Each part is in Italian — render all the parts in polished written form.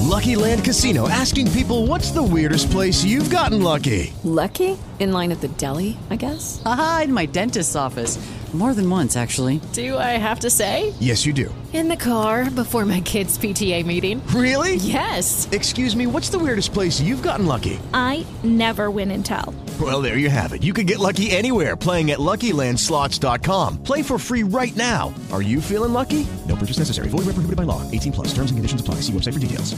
Lucky Land Casino, asking people, what's the weirdest place you've gotten lucky? Lucky? In line at the deli, I guess? Aha, in my dentist's office. More than once, actually. Do I have to say? Yes, you do. In the car before my kids' PTA meeting. Really? Yes. Excuse me, what's the weirdest place you've gotten lucky? I never win and tell. Well, there you have it. You can get lucky anywhere, playing at LuckyLandSlots.com. Play for free right now. Are you feeling lucky? No purchase necessary. Void where prohibited by law. 18 plus. Terms and conditions apply. See website for details.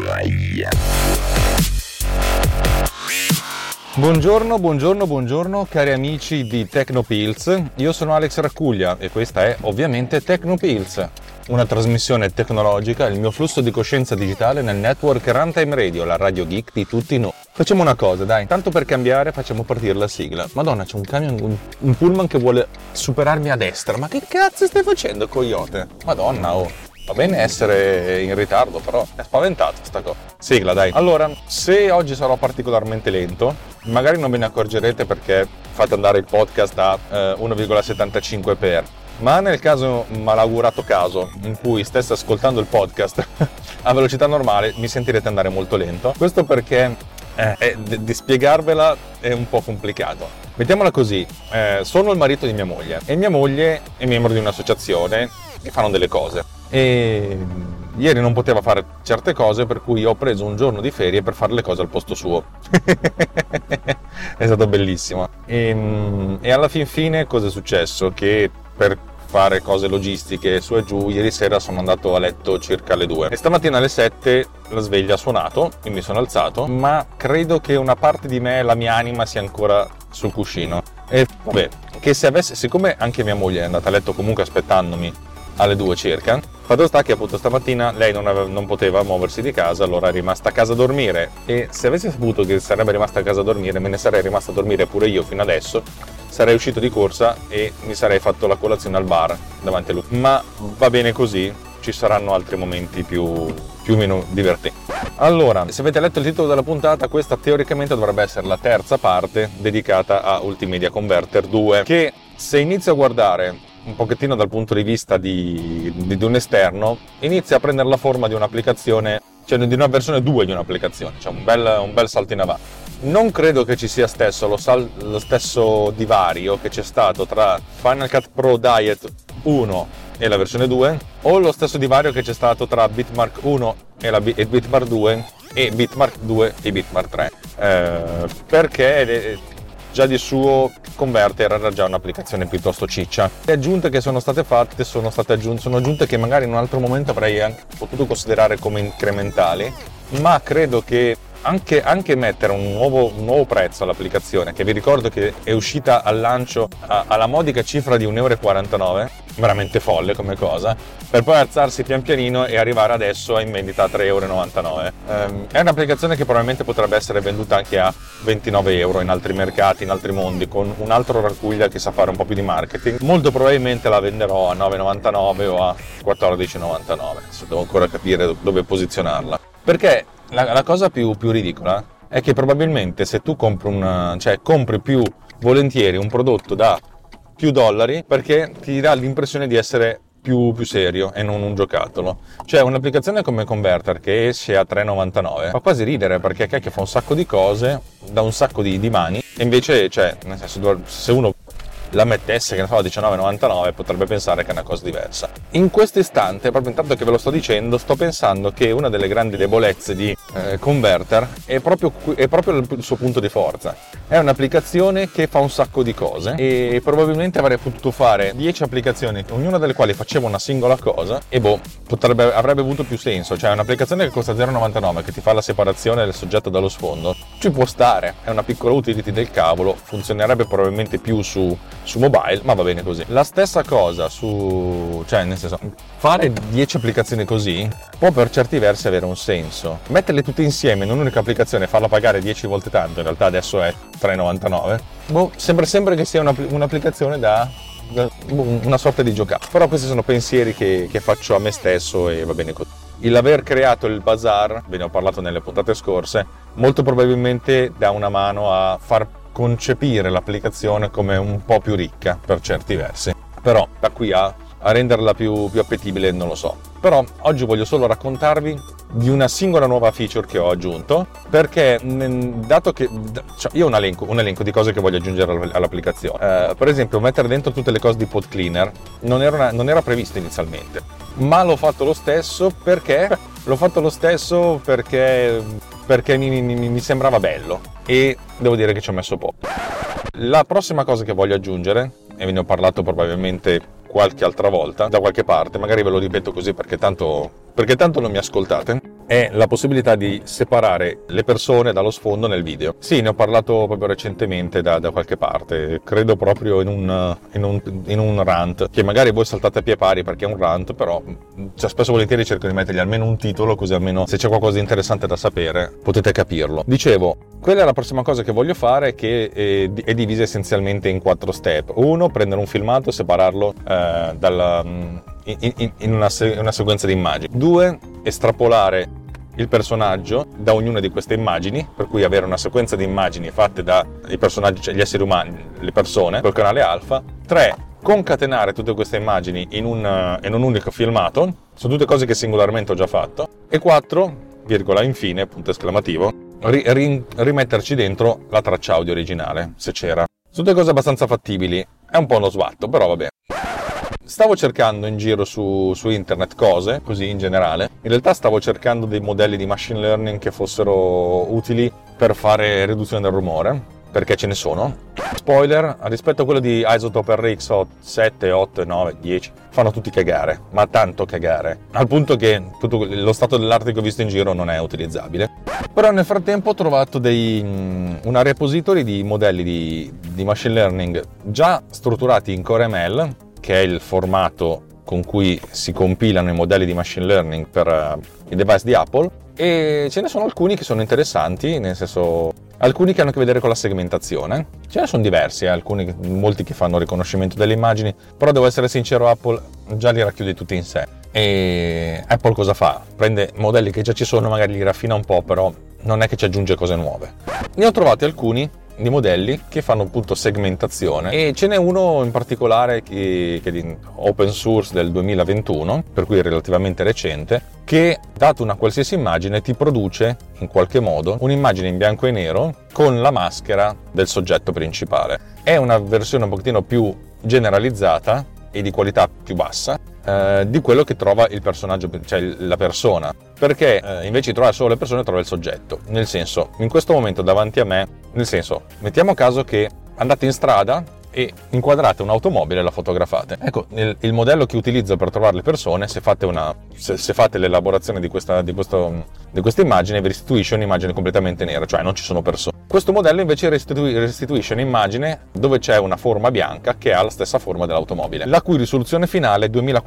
Buongiorno cari amici di Tecnopills. Io sono Alex Raccuglia e questa è ovviamente Tecnopills, una trasmissione tecnologica, il mio flusso di coscienza digitale nel network Runtime Radio, la radio geek di tutti noi. Facciamo una cosa, dai, tanto per cambiare facciamo partire la sigla. Madonna, c'è un camion, un pullman che vuole superarmi a destra. Ma che cazzo stai facendo, coyote? Madonna, oh. Va bene essere in ritardo, però è spaventato sta cosa. Sigla, dai. Allora, se oggi sarò particolarmente lento, magari non ve ne accorgerete perché fate andare il podcast a 1,75x. Ma nel caso, malaugurato caso, in cui stesse ascoltando il podcast a velocità normale, mi sentirete andare molto lento. Questo perché di spiegarvela è un po' complicato. Mettiamola così, sono il marito di mia moglie e mia moglie è membro di un'associazione che fanno delle cose. E ieri non poteva fare certe cose, per cui ho preso un giorno di ferie per fare le cose al posto suo. È stato bellissimo. E alla fine cosa è successo? Che per fare cose logistiche su e giù, ieri sera sono andato a letto circa alle 2 e stamattina alle 7 la sveglia ha suonato e mi sono alzato, ma credo che una parte di me, la mia anima, sia ancora sul cuscino. E vabbè, che siccome anche mia moglie è andata a letto comunque aspettandomi alle 2 circa, fatto sta che appunto stamattina lei non poteva muoversi di casa, allora è rimasta a casa a dormire, e se avessi saputo che sarebbe rimasta a casa a dormire, me ne sarei rimasta a dormire pure io fino adesso, sarei uscito di corsa e mi sarei fatto la colazione al bar davanti a lui. Ma va bene così, ci saranno altri momenti più o meno divertenti. Allora, se avete letto il titolo della puntata, questa teoricamente dovrebbe essere la terza parte dedicata a Ultimedia Converter 2, che se inizio a guardare un pochettino dal punto di vista di un esterno, inizia a prendere la forma di un'applicazione, cioè di una versione 2 di un'applicazione, cioè un bel salto in avanti. Non credo che ci sia lo stesso divario che c'è stato tra Final Cut Pro Diet 1 e la versione 2, o lo stesso divario che c'è stato tra Bitmark 1 e Bitmark 2 e Bitmark 2 e Bitmark 3, perché già di suo Converter era già un'applicazione piuttosto ciccia. Le aggiunte che sono state fatte sono aggiunte che magari in un altro momento avrei anche potuto considerare come incrementali, ma credo che anche mettere un nuovo prezzo all'applicazione, che vi ricordo che è uscita al lancio alla modica cifra di 1,49 €, veramente folle come cosa, per poi alzarsi pian pianino e arrivare adesso in vendita a 3,99 €. È un'applicazione che probabilmente potrebbe essere venduta anche a 29 € in altri mercati, in altri mondi, con un altro Raccuglia che sa fare un po' più di marketing. Molto probabilmente la venderò a 9,99 € o a 14,99 €, devo ancora capire dove posizionarla. Perché la cosa più ridicola è che probabilmente se tu compri più volentieri un prodotto da più dollari, perché ti dà l'impressione di essere più serio e non un giocattolo. Cioè un'applicazione come Converter che esce a 3,99 fa quasi ridere, perché fa un sacco di cose da un sacco di mani, e invece, cioè, nel senso, se uno la mettesse, che ne so, a 19,99 potrebbe pensare che è una cosa diversa. In questo istante, proprio intanto che ve lo sto dicendo, sto pensando che una delle grandi debolezze di Converter è proprio il suo punto di forza. È un'applicazione che fa un sacco di cose e probabilmente avrei potuto fare 10 applicazioni, ognuna delle quali faceva una singola cosa, e avrebbe avuto più senso. Cioè un'applicazione che costa 0,99, che ti fa la separazione del soggetto dallo sfondo, ci può stare, è una piccola utility del cavolo, funzionerebbe probabilmente più su mobile, ma va bene così. La stessa cosa cioè nel senso, fare 10 applicazioni così può per certi versi avere un senso. Metterle tutte insieme in un'unica applicazione e farla pagare 10 volte tanto, in realtà adesso è 3,99, sembra che sia un'applicazione da una sorta di giocattolo. Però questi sono pensieri che faccio a me stesso e va bene così. Il aver creato il bazar, ve ne ho parlato nelle puntate scorse, molto probabilmente dà una mano a far concepire l'applicazione come un po' più ricca per certi versi, però da qui a renderla più appetibile non lo so. Però oggi voglio solo raccontarvi di una singola nuova feature che ho aggiunto, perché dato che io ho un elenco di cose che voglio aggiungere all'applicazione. Per esempio, mettere dentro tutte le cose di Pod Cleaner non era previsto inizialmente, ma l'ho fatto lo stesso perché mi sembrava bello, e devo dire che ci ho messo poco. La prossima cosa che voglio aggiungere, e ve ne ho parlato probabilmente qualche altra volta da qualche parte, magari ve lo ripeto così perché tanto non mi ascoltate, è la possibilità di separare le persone dallo sfondo nel video. Sì, ne ho parlato proprio recentemente da qualche parte, credo proprio in un rant, che magari voi saltate a pie pari perché è un rant, però spesso e volentieri cerco di mettergli almeno un titolo, così almeno se c'è qualcosa di interessante da sapere potete capirlo. Dicevo, quella è la prossima cosa che voglio fare, che è divisa essenzialmente in 4 step. 1, prendere un filmato, separarlo in una sequenza di immagini. 2, estrapolare il personaggio da ognuna di queste immagini, per cui avere una sequenza di immagini fatte dai personaggi, cioè gli esseri umani, le persone, col canale alfa. 3, concatenare tutte queste immagini in un unico filmato. Sono tutte cose che singolarmente ho già fatto. E 4, virgola, infine, punto esclamativo, rimetterci dentro la traccia audio originale, se c'era. Sono tutte cose abbastanza fattibili. È un po' uno svatto, però vabbè. Stavo cercando in giro su internet cose, così in generale. In realtà stavo cercando dei modelli di machine learning che fossero utili per fare riduzione del rumore, perché ce ne sono. Spoiler, rispetto a quello di Isotope RX 7, 8, 9, 10, fanno tutti cagare, ma tanto cagare, al punto che tutto lo stato dell'arte che ho visto in giro non è utilizzabile. Però nel frattempo ho trovato una repository di modelli di machine learning già strutturati in CoreML, che è il formato con cui si compilano i modelli di machine learning per i device di Apple, e ce ne sono alcuni che sono interessanti, nel senso, alcuni che hanno a che vedere con la segmentazione. Ce ne sono diversi, molti che fanno riconoscimento delle immagini, però devo essere sincero, Apple già li racchiude tutti in sé. E Apple cosa fa? Prende modelli che già ci sono, magari li raffina un po', però non è che ci aggiunge cose nuove. Ne ho trovati alcuni di modelli che fanno appunto segmentazione, e ce n'è uno in particolare che è di open source del 2021, per cui è relativamente recente, che dato una qualsiasi immagine ti produce in qualche modo un'immagine in bianco e nero con la maschera del soggetto principale. È una versione un pochettino più generalizzata e di qualità più bassa di quello che trova il personaggio, cioè la persona, perché invece di trovare solo le persone trova il soggetto. Nel senso, in questo momento davanti a me, nel senso, mettiamo caso che andate in strada e inquadrate un'automobile e la fotografate. Ecco, il modello che utilizzo per trovare le persone, se fate l'elaborazione di questa immagine, vi restituisce un'immagine completamente nera, cioè non ci sono persone. Questo modello invece restituisce un'immagine dove c'è una forma bianca che ha la stessa forma dell'automobile, la cui risoluzione finale è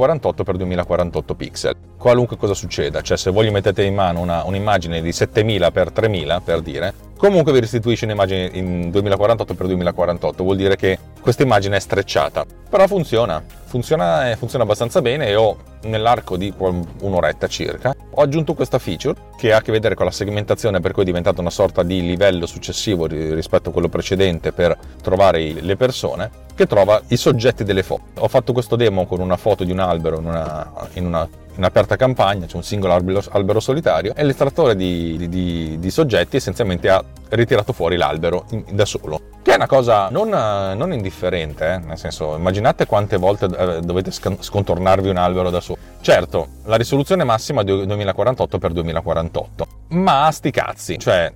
2048x2048 pixel. Qualunque cosa succeda, cioè se voi gli mettete in mano un'immagine di 7000x3000, per dire, comunque vi restituisce un'immagine in 2048x2048, vuol dire che questa immagine è strecciata, però funziona abbastanza bene, e nell'arco di un'oretta circa ho aggiunto questa feature che ha a che vedere con la segmentazione, per cui è diventata una sorta di livello successivo rispetto a quello precedente per trovare le persone, che trova i soggetti delle foto. Ho fatto questo demo con una foto di un albero in un'aperta campagna, c'è un singolo albero solitario, e l'estrattore di soggetti essenzialmente ha ritirato fuori l'albero da solo, che è una cosa non indifferente, nel senso, immaginate quante volte dovete scontornarvi un albero da solo. Certo, la risoluzione massima è 2048x2048, ma sti cazzi, cioè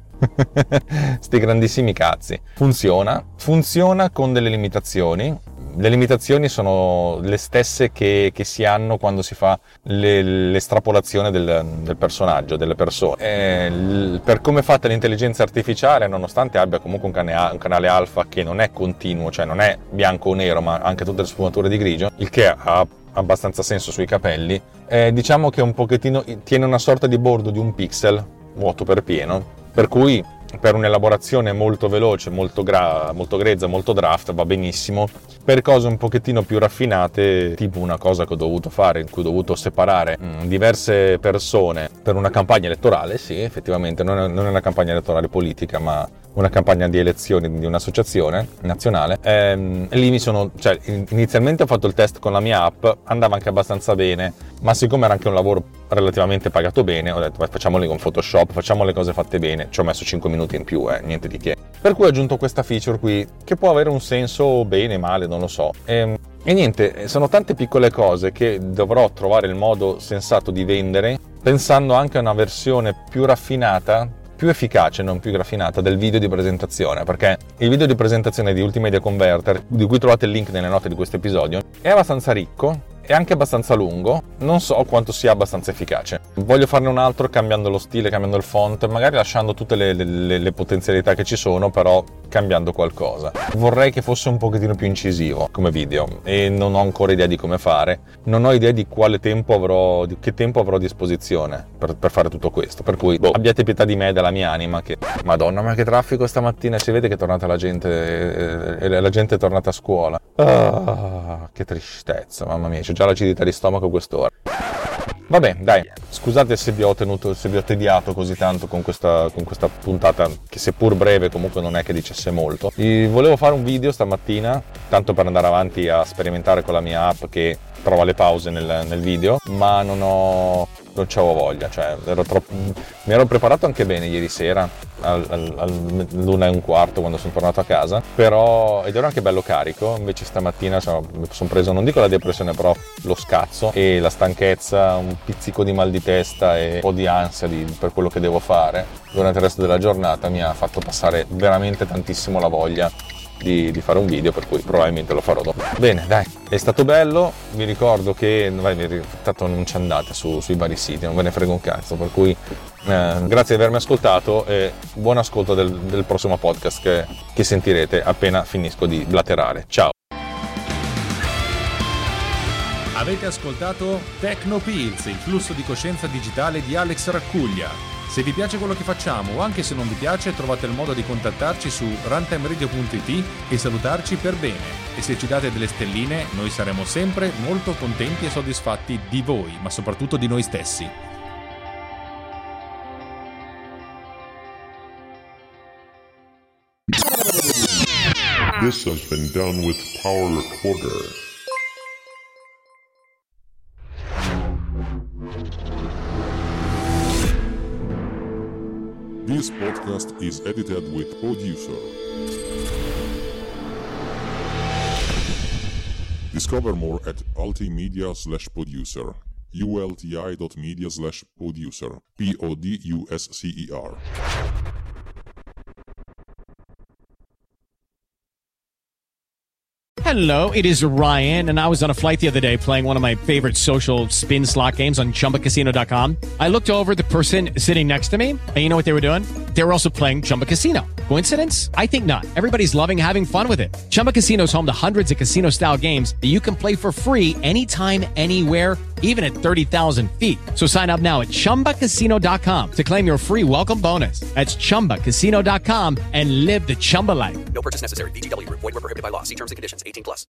sti grandissimi cazzi, funziona con delle limitazioni. Le limitazioni sono le stesse che si hanno quando si fa l'estrapolazione del personaggio, delle persone. Per come è fatta l'intelligenza artificiale, nonostante abbia comunque un canale alfa che non è continuo, cioè non è bianco o nero, ma anche tutte le sfumature di grigio, il che ha abbastanza senso sui capelli, diciamo che un pochettino tiene una sorta di bordo di un pixel vuoto per pieno, per cui per un'elaborazione molto veloce, molto grezza, molto draft, va benissimo. Per cose un pochettino più raffinate, tipo una cosa che ho dovuto fare, in cui ho dovuto separare diverse persone per una campagna elettorale, sì, effettivamente non è una campagna elettorale politica, ma una campagna di elezioni di un'associazione nazionale, e lì inizialmente ho fatto il test con la mia app, andava anche abbastanza bene, ma siccome era anche un lavoro relativamente pagato bene, ho detto facciamoli con Photoshop, facciamo le cose fatte bene, ci ho messo 5 minuti in più, niente di che. Per cui ho aggiunto questa feature qui, che può avere un senso bene, male, non lo so. E niente, sono tante piccole cose che dovrò trovare il modo sensato di vendere, pensando anche a una versione più raffinata, più efficace, non più raffinata, del video di presentazione, perché il video di presentazione di Ultimedia Converter, di cui trovate il link nelle note di questo episodio, è abbastanza ricco, è anche abbastanza lungo, non so quanto sia abbastanza efficace. Voglio farne un altro cambiando lo stile, cambiando il font, magari lasciando tutte le potenzialità che ci sono, però cambiando qualcosa. Vorrei che fosse un pochettino più incisivo come video e non ho ancora idea di come fare, non ho idea di che tempo avrò a disposizione per fare tutto questo, per cui abbiate pietà di me e della mia anima, che madonna, ma che traffico stamattina, si vede che è tornata la gente è tornata a scuola. Che tristezza, mamma mia, c'ho già l'acidità di stomaco a quest'ora. Vabbè, dai, scusate se vi ho tediato così tanto con questa puntata, che seppur breve comunque non è che dicesse molto. Volevo fare un video stamattina, tanto per andare avanti a sperimentare con la mia app che trova le pause nel video, ma non c'avevo voglia, mi ero preparato anche bene ieri sera all'1:15 quando sono tornato a casa, ed ero anche bello carico. Invece stamattina mi sono preso, non dico la depressione, però lo scazzo e la stanchezza, un pizzico di mal di testa e un po' di ansia per quello che devo fare durante il resto della giornata. Mi ha fatto passare veramente tantissimo la voglia di fare un video, per cui probabilmente lo farò dopo. Bene, dai, è stato bello. Vi ricordo che tanto non ci andate sui vari siti, non ve ne frego un cazzo, per cui grazie di avermi ascoltato e buon ascolto del prossimo podcast che sentirete appena finisco di blaterare. Ciao. Avete ascoltato Tecnopills, il flusso di coscienza digitale di Alex Raccuglia. Se vi piace quello che facciamo o anche se non vi piace, trovate il modo di contattarci su runtimeradio.it e salutarci per bene. E se ci date delle stelline, noi saremo sempre molto contenti e soddisfatti di voi, ma soprattutto di noi stessi. This has been done with Power Recorder. This podcast is edited with Producer. Discover more at ultimedia/producer. ulti.media/producer. PODUSCER. Hello, it is Ryan, and I was on a flight the other day playing one of my favorite social spin slot games on ChumbaCasino.com. I looked over at the person sitting next to me, and you know what they were doing? They were also playing Chumba Casino. Coincidence? I think not. Everybody's loving having fun with it. Chumba Casino is home to hundreds of casino-style games that you can play for free anytime, anywhere, even at 30,000 feet. So sign up now at ChumbaCasino.com to claim your free welcome bonus. That's ChumbaCasino.com and live the Chumba life. No purchase necessary. VGW. Void where prohibited by law. See terms and conditions. 18+.